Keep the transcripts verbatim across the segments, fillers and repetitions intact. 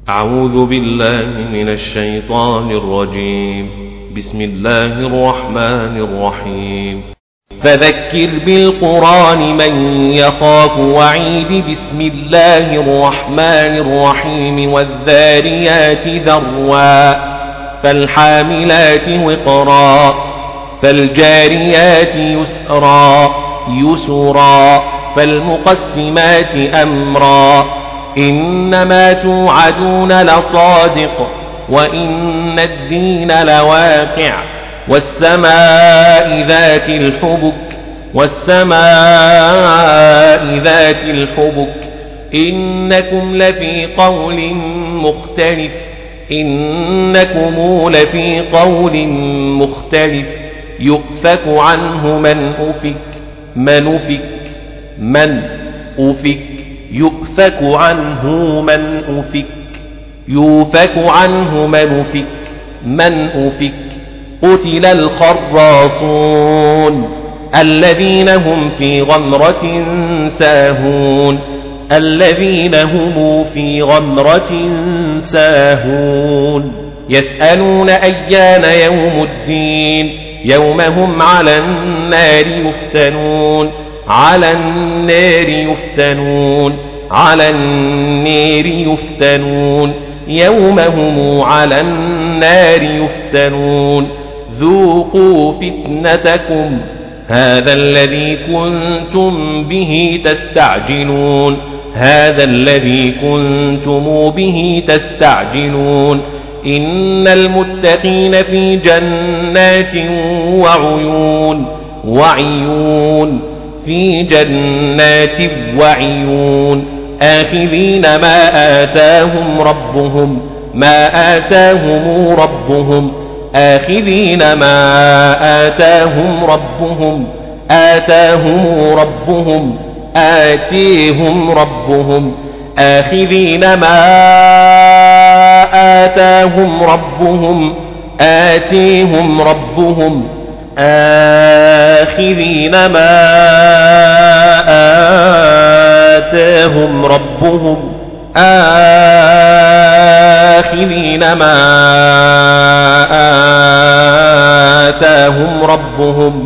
أعوذ بالله من الشيطان الرجيم. بسم الله الرحمن الرحيم. فذكر بالقرآن من يخاف وعيد. بسم الله الرحمن الرحيم. والذاريات ذروا فالحاملات وقرا فالجاريات يسرا يسرا فالمقسمات أمرا إنما توعدون لصادق وإن الدين لواقع والسماء ذات الحبك والسماء ذات الحبك إنكم لفي قول مختلف إنكم لفي قول مختلف يؤفك عنه من أفك من أفك من أفك يؤفك عنه من أفك يؤفك عنه من أفك من أفك قتل الخراصون الذين هم في غمرة ساهون الذين هم في غمرة ساهون يسألون أيان يوم الدين يوم هم على النار يفتنون على النار يفتنون على النار يفتنون يوم هم على النار يفتنون ذوقوا فتنتكم هذا الذي كنتم به تستعجلون هذا الذي كنتم به تستعجلون إن المتقين في جنات وعيون وعيون في جنات وعيون آخذين ما آتاهم ربهم ما آتاهم ربهم آخذين ما آتاهم ربهم آتاهم ربهم آتيهم ربهم آخذين ما آتاهم ربهم آتيهم ربهم آخذين ما آتاهم ربهم آخذين ما آتاهم ربهم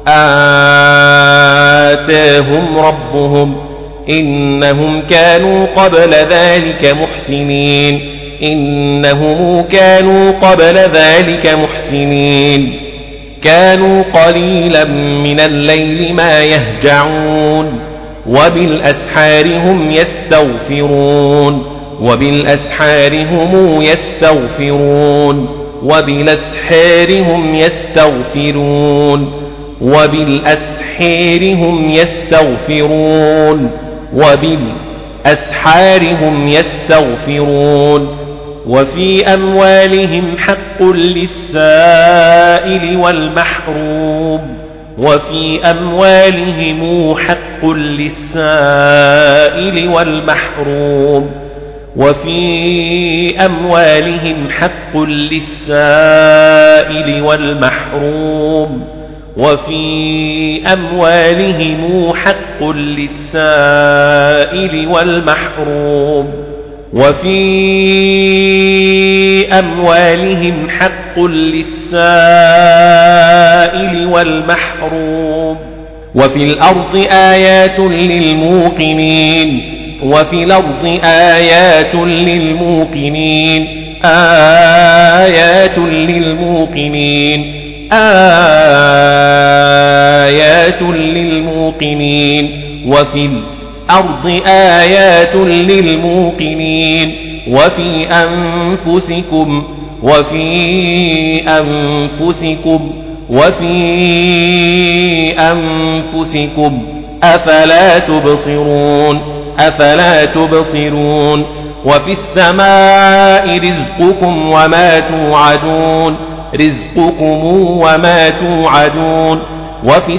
آتاهم ربهم إنهم كانوا قبل ذلك محسنين إنهم كانوا قبل ذلك محسنين كانوا قليلا من الليل ما يهجعون وبالأسحار هم يستغفرون وبالأسحار هم يستغفرون وبالأسحار هم يستغفرون وبالأسحار هم يستغفرون وبالأسحار هم يستغفرون وفي أموالهم حق للسائل والمحروم وفي أموالهم حق للسائل والمحروم وفي أموالهم حق للسائل والمحروم وفي أموالهم حق للسائل والمحروم وفي أموالهم حق للسائل والمحروم وفي الأرض آيات للموقنين وفي الأرض آيات للموقنين آيات للموقنين آيات للموقنين وفي الأرض آيات للموقنين وفي أنفسكم وفي أنفسكم وفي أنفسكم أفلا تبصرون أفلا تبصرون وفي السماء رزقكم وما توعدون رزقكم وما توعدون وفي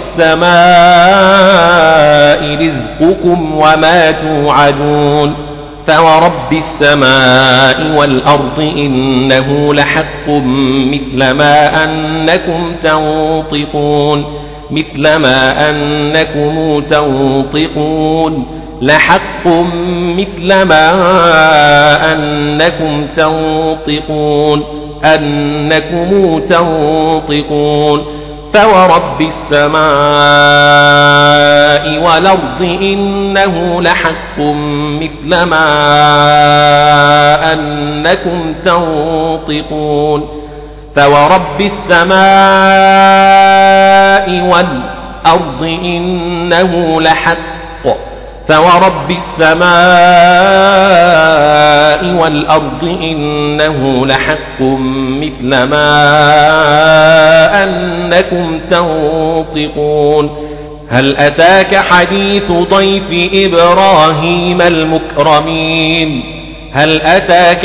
السماء رزقكم وما توعدون فورب السماء والأرض إنه لحق مثل ما أنكم تنطقون مثل ما أنكم تنطقون لحق مثل ما أنكم تنطقون أنكم تنطقون فورب السماء والأرض إنه لحق مثل ما أنكم تنطقون فورب السماء والأرض إنه لحق فورب السماء والأرض إنه لحق مثل ما أنكم تنطقون هل أتاك حديث ضيف إبراهيم المكرمين هل أتاك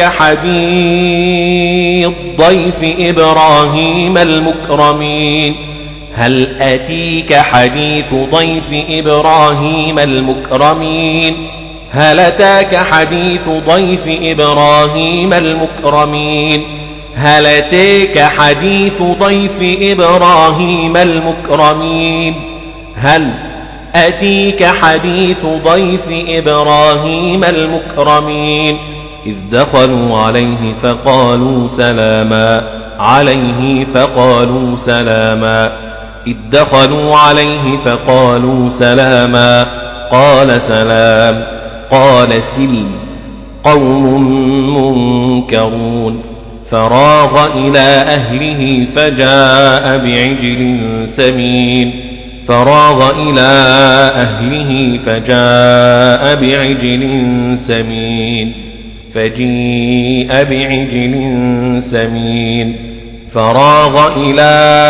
حديث ضيف إبراهيم المكرمين هل أتيك حديث ضيف إبراهيم المكرمين هل أتاك حديث ضيف إبراهيم المكرمين هل أتاك حديث ضيف إبراهيم المكرمين هل أتيك حديث ضيف إبراهيم المكرمين إذ دخلوا عليه فقالوا سلاما عليه فقالوا سلاما إذ دخلوا عليه فقالوا سلاما قال سلام قال سلم قوم منكرون فراغ إلى أهله فجاء بعجل سمين فراغ إلى أهله فجاء بعجل سمين فجيء بعجل سمين فراغ إلى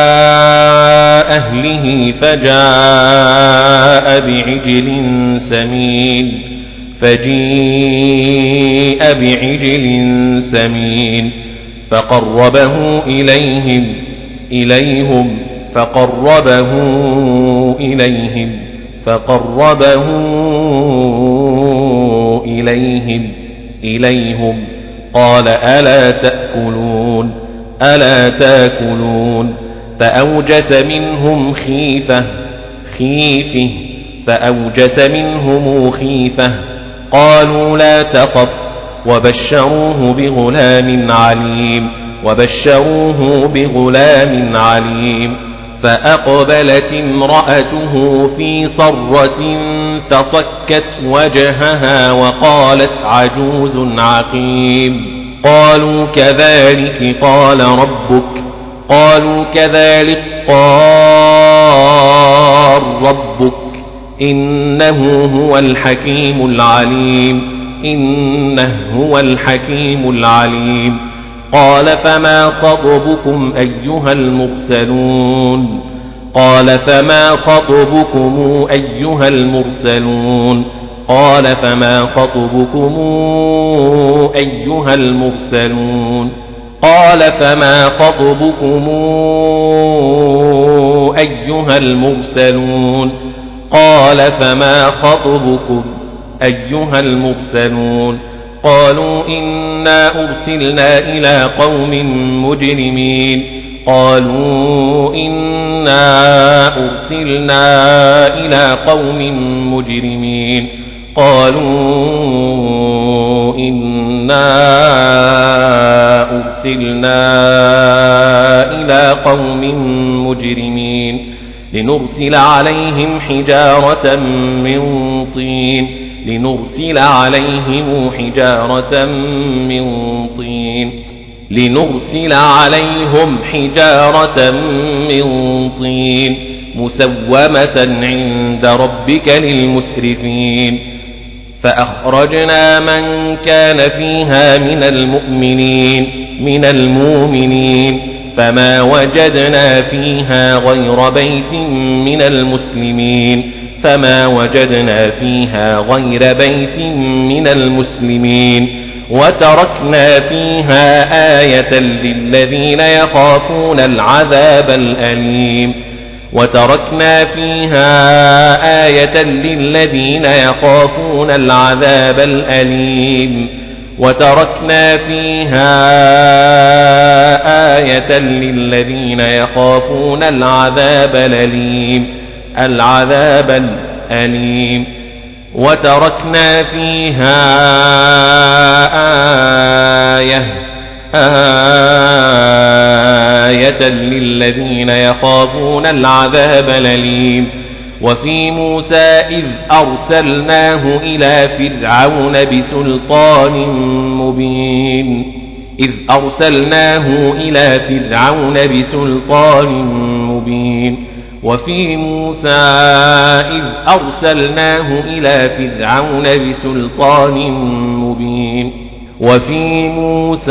أهله فجاء بعجل سمين فجيء بعجل سمين فقربه إليهم إليهم فقربه إليهم فقربه إليهم إليهم قال ألا تأكلون ألا تأكلون فأوجس منهم خيفة خيفة فأوجس منهم خيفة قالوا لا تخف وبشروه بغلام عليم وبشروه بغلام عليم فأقبلت امرأته في صرة فصكت وجهها وقالت عجوز عقيم قالوا كذلك قال ربك قالوا كذلك قال ربك إنه هو الحكيم العليم إنه هو الحكيم العليم قال فما خطبكم أيها المرسلون قال فما خطبكم أيها المرسلون قال فما خطبكم أيها المرسلون قال فما خطبكم أيها المرسلون قال فما خطبكم أيها المرسلون قالوا إنا أرسلنا إلى قوم مجرمين قالوا إنا أرسلنا إلى قوم مجرمين قالوا إنا أرسلنا إلى قوم مجرمين لنرسل عليهم حجارة من طين لنرسل عليهم حجارة من طين لنرسل عليهم حجارة من طين مسومة عند ربك للمسرفين فأخرجنا من كان فيها من المؤمنين من المؤمنين فما وجدنا فيها غير بيت من المسلمين فما وجدنا فيها غير بيت من المسلمين وتركنا فيها آية للذين يخافون العذاب الأليم وتركنا فيها آية للذين يخافون العذاب الأليم وتركنا فيها آية للذين يخافون العذاب الأليم العذاب الأليم وتركنا فيها آية آية للذين يخافون العذاب الأليم. وفي موسى إذ أرسلناه إلى فرعون بسلطان مبين إذ أرسلناه إلى فرعون بسلطان مبين وفي موسى إذ أرسلناه إلى فرعون بسلطان مبين وفي موسى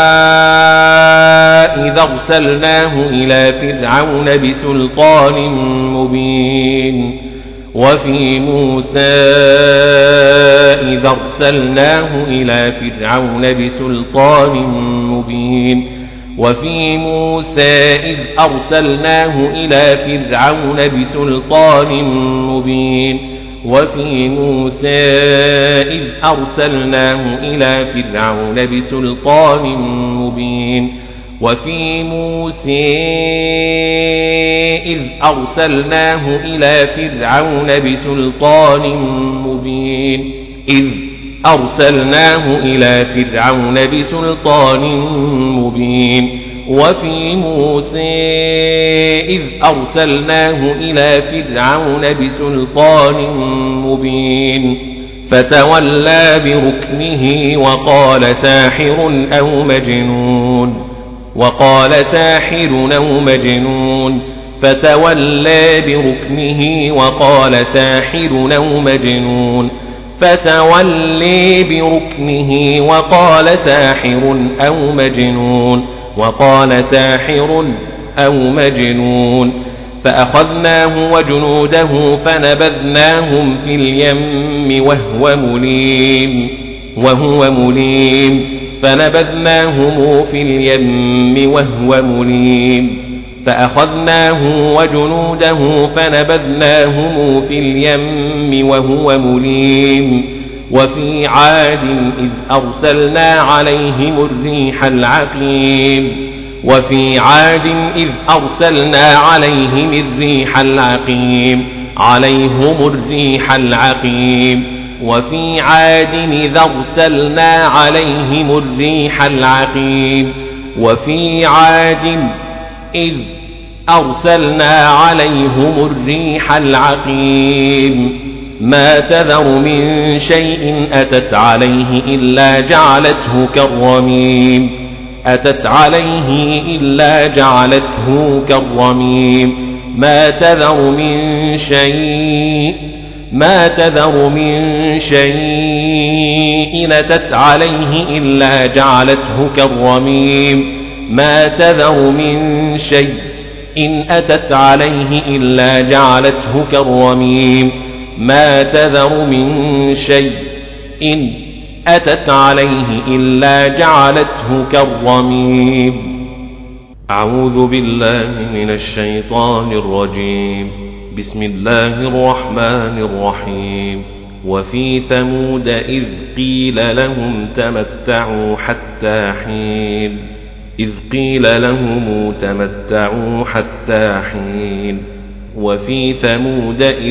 إذ أرسلناه إلى فرعون بسلطان مبين وفي موسى إذ أرسلناه إلى فرعون بسلطان مبين وفي موسى إذ أرسلناه إلى فرعون بسلطان مبين وفي موسى إذ أرسلناه إلى فرعون بسلطان مبين وفي موسى إذ أرسلناه إلى فرعون بسلطان مبين إذ أرسلناه إلى فرعون بسلطان مبين وفي موسى إذ أرسلناه إلى فرعون بسلطان مبين فتولى بركنه وقال ساحر أو مجنون وقال ساحر أو مجنون فتولى بركنه وقال ساحر أو مجنون فتولي بركنه وقال ساحر أو مجنون وقال ساحر أو مجنون فأخذناه وجنوده فنبذناهم في اليم وهو مليم وهو مليم فنبذناهم في اليم وهو مليم فأخذناه وجنوده فنبذناهم في اليم وهو مليم وفي عاد إذ أرسلنا عليهم الريح العقيم وفي عاد إذ أرسلنا عليهم الريح العقيم عليهم الريح العقيم وفي عاد إذ أرسلنا عليهم الريح العقيم وفي عاد إذ أرسلنا عليهم الريح العقيم ما تذر من شيء أتت عليه إلا جعلته كالرميم أتت عليه إلا جعلته كالرميم ما تذر من شيء ما تذر من شيء أتت عليه إلا جعلته كالرميم ما تذر من شيء إن أتت عليه إلا جعلته كالرميم ما تذر من شيء إن أتت عليه إلا جعلته كالرميم. أعوذ بالله من الشيطان الرجيم. بسم الله الرحمن الرحيم. وفي ثمود إذ قيل لهم تمتعوا حتى حين إذ قيل لهم تمتعوا حتى حين وفي ثمود إذ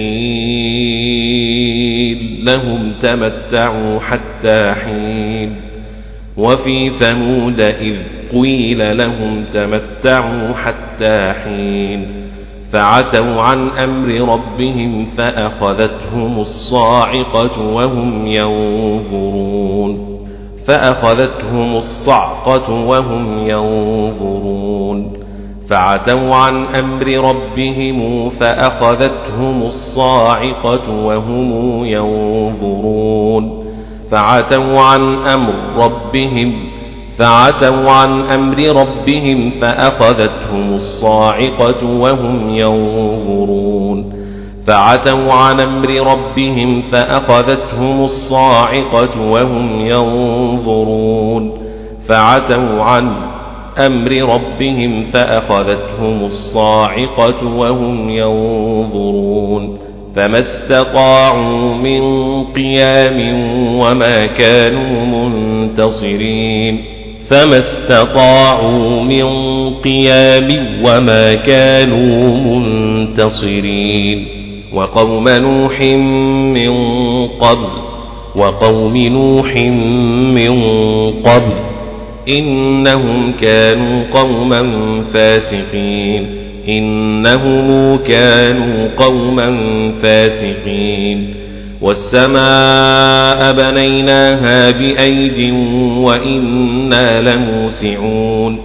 قيل لهم تمتعوا حتى حين وفي ثمود إذ قيل لهم تمتعوا حتى حين فعتوا عن أمر ربهم فأخذتهم الصاعقة وهم ينظرون فأخذتهم الصعقة وهم ينظرون فعتوا عن أمر ربهم فأخذتهم الصاعقة وهم ينظرون فعتوا عن أمر ربهم فعتوا عن أمر ربهم فأخذتهم الصاعقة وهم ينظرون فعتوا عن أمر ربهم فأخذتهم الصاعقة وهم ينظرون فعتوا عن أمر ربهم فأخذتهم الصاعقة وهم ينظرون فما استطاعوا من قيام وما كانوا منتصرين فما استطاعوا من قيام وما كانوا منتصرين وقوم نوح من قبل وقوم نوح من قبل إنهم كانوا قوما فاسقين إنهم كانوا قوما فاسقين والسماء بنيناها بأيد وإنا لموسعون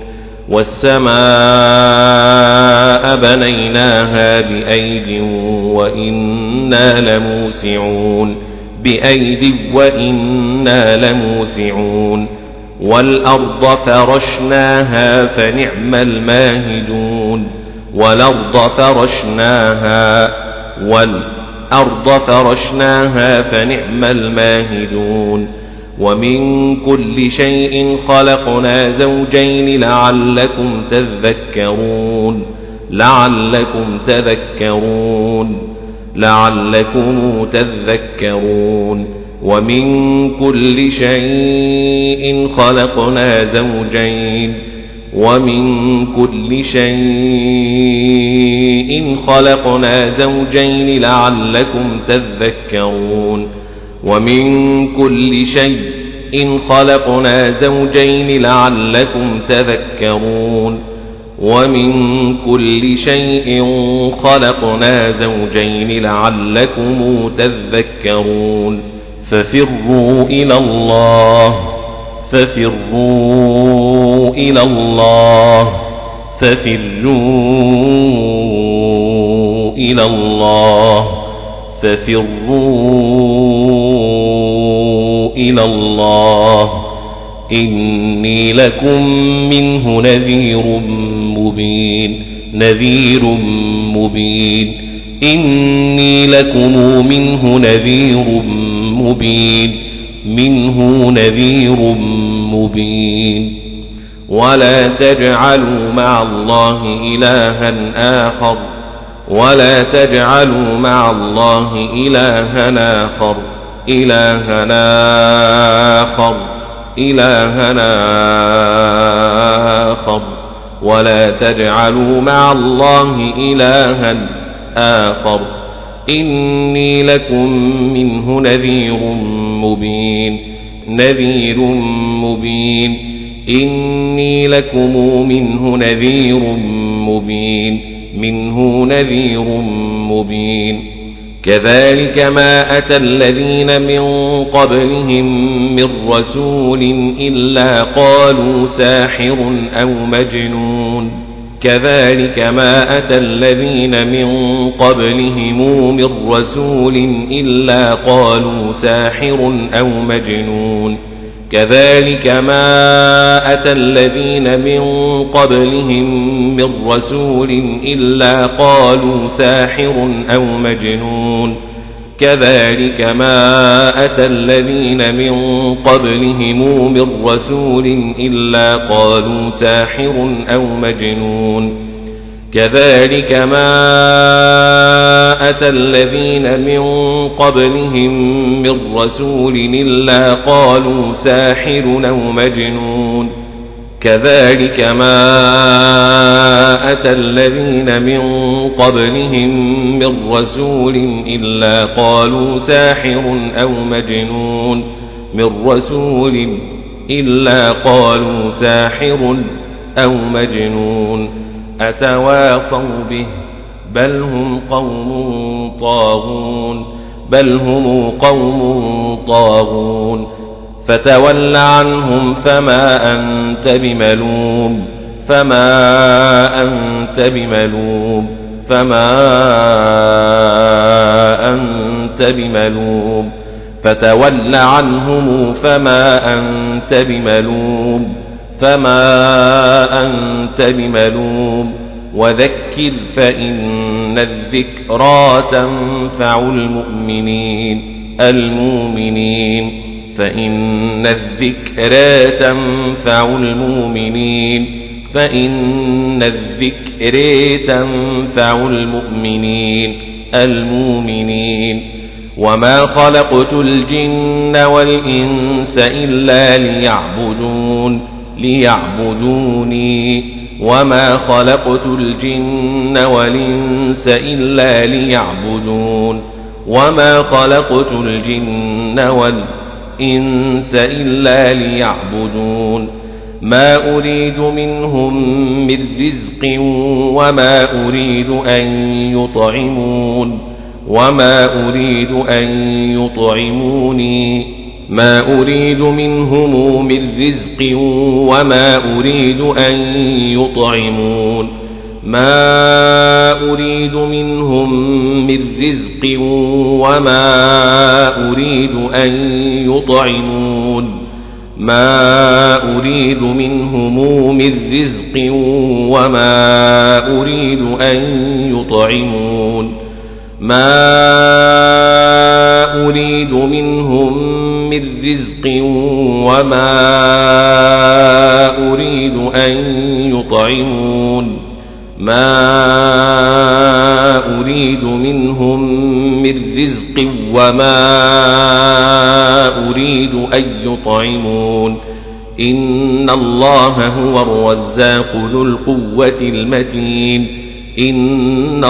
والسماء بنيناها بأيد وإنا لموسعون بأيد وإنا لموسعون والأرض فرشناها فنعم الماهدون والأرض فرشناها والأرض فرشناها فنعم الماهدون ومن كل شيء خلقنا زوجين لعلكم تذكرون لعلكم تذكرون لعلكم تذكرون ومن كل شيء خلقنا زوجين ومن كل شيء خلقنا زوجين لعلكم تذكرون ومن كل شيء خلقنا زوجين لعلكم تذكرون ومن كل شيء خلقنا زوجين لعلكم تذكرون ففروا إلى الله ففروا إلى الله ففروا إلى الله ففروا إلى الله إني لكم منه نذير مبين نذير مبين إني لكم منه نذير مبين منه نذير مبين ولا تجعلوا مع الله إلها آخر ولا تجعلوا مع الله إلها آخر إلها آخر إلها آخر ولا تجعلوا مع الله إلها آخر إني لكم منه نذير مبين نذير مبين إني لكم منه نذير مبين منه نذير مبين كذلك ما أتى الذين من قبلهم من رسول إلا قالوا ساحر أو مجنون كذلك ما أتى الذين من قبلهم من رسول إلا قالوا ساحر أو مجنون كذلك ما أتى الذين من قبلهم من رسول إلا قالوا ساحر أو مجنون كذلك ما أتى الذين من قبلهم من رسول إلا قالوا ساحر أو مجنون كذلك ما أتى الذين من قبلهم من رسول إلا قالوا ساحر أو مجنون كذلك ما أتى الذين من قبلهم من رسول إلا قالوا ساحر أو مجنون من رسول إلا قالوا ساحر أو مجنون أتواصوا به بل هم قوم طاغون بل هم قوم طاغون فتول عنهم فما أنت بملوم فما أنت بملوم فما أنت بملوم فتول عنهم فما أنت بملوم فما أنت بملوم وذكر فإن الذكرى تنفع المؤمنين المؤمنين فإن الذكرى تنفع المؤمنين فإن الذكرى تنفع المؤمنين المؤمنين وما خلقت الجن والإنس إلا ليعبدون ليعبدوني وما خلقت الجن والإنس إلا ليعبدون وما خلقت الجن والإنس إلا ليعبدون ما أريد منهم من رزق وما أريد أن يطعمون وما أريد أن يطعموني ما أريد منهم من رزق وما أريد أن يطعمون ما أريد منهم من رزق وما أريد أن يطعمون ما أريد منهم من رزق وما أريد أن يطعمون ما أريد منهم من رزق وما أريد أن يطعمون ما أريد منهم من رزق وما أريد أن يطعمون إن الله هو الرزاق ذو القوة المتين إن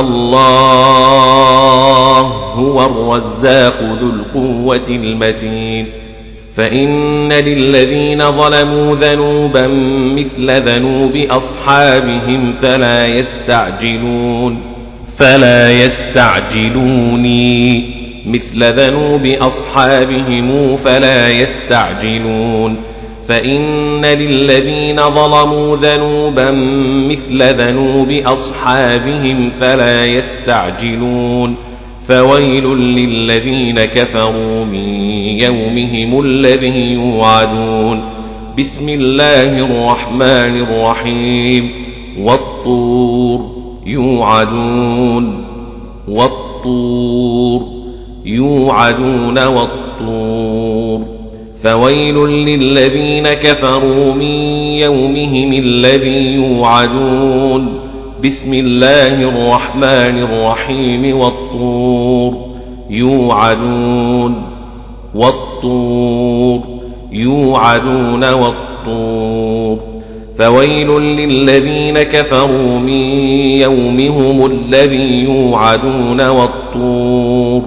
الله هو الرزاق ذو القوة المتين فإن للذين ظلموا ذنوبا مثل ذنوب أصحابهم فلا يستعجلون فلا يستعجلوني مثل ذنوب أصحابهم فلا يستعجلون فإن للذين ظلموا ذنوبا مثل ذنوب أصحابهم فلا يستعجلون فويل للذين كفروا من يومهم الذي يوعدون بسم الله الرحمن الرحيم والطور يوعدون والطور يوعدون والطور فويل للذين كفروا من يومهم الذي يوعدون بسم الله الرحمن الرحيم والطور يوعدون والطور يوعدون والطور فويل للذين كفروا من يومهم الذي يوعدون والطور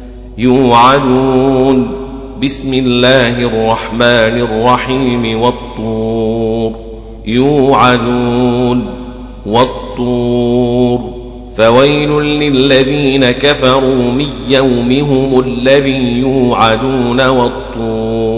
يوعدون بسم الله الرحمن الرحيم والطور يوعدون والطور فويل للذين كفروا من يومهم الذي يوعدون والطور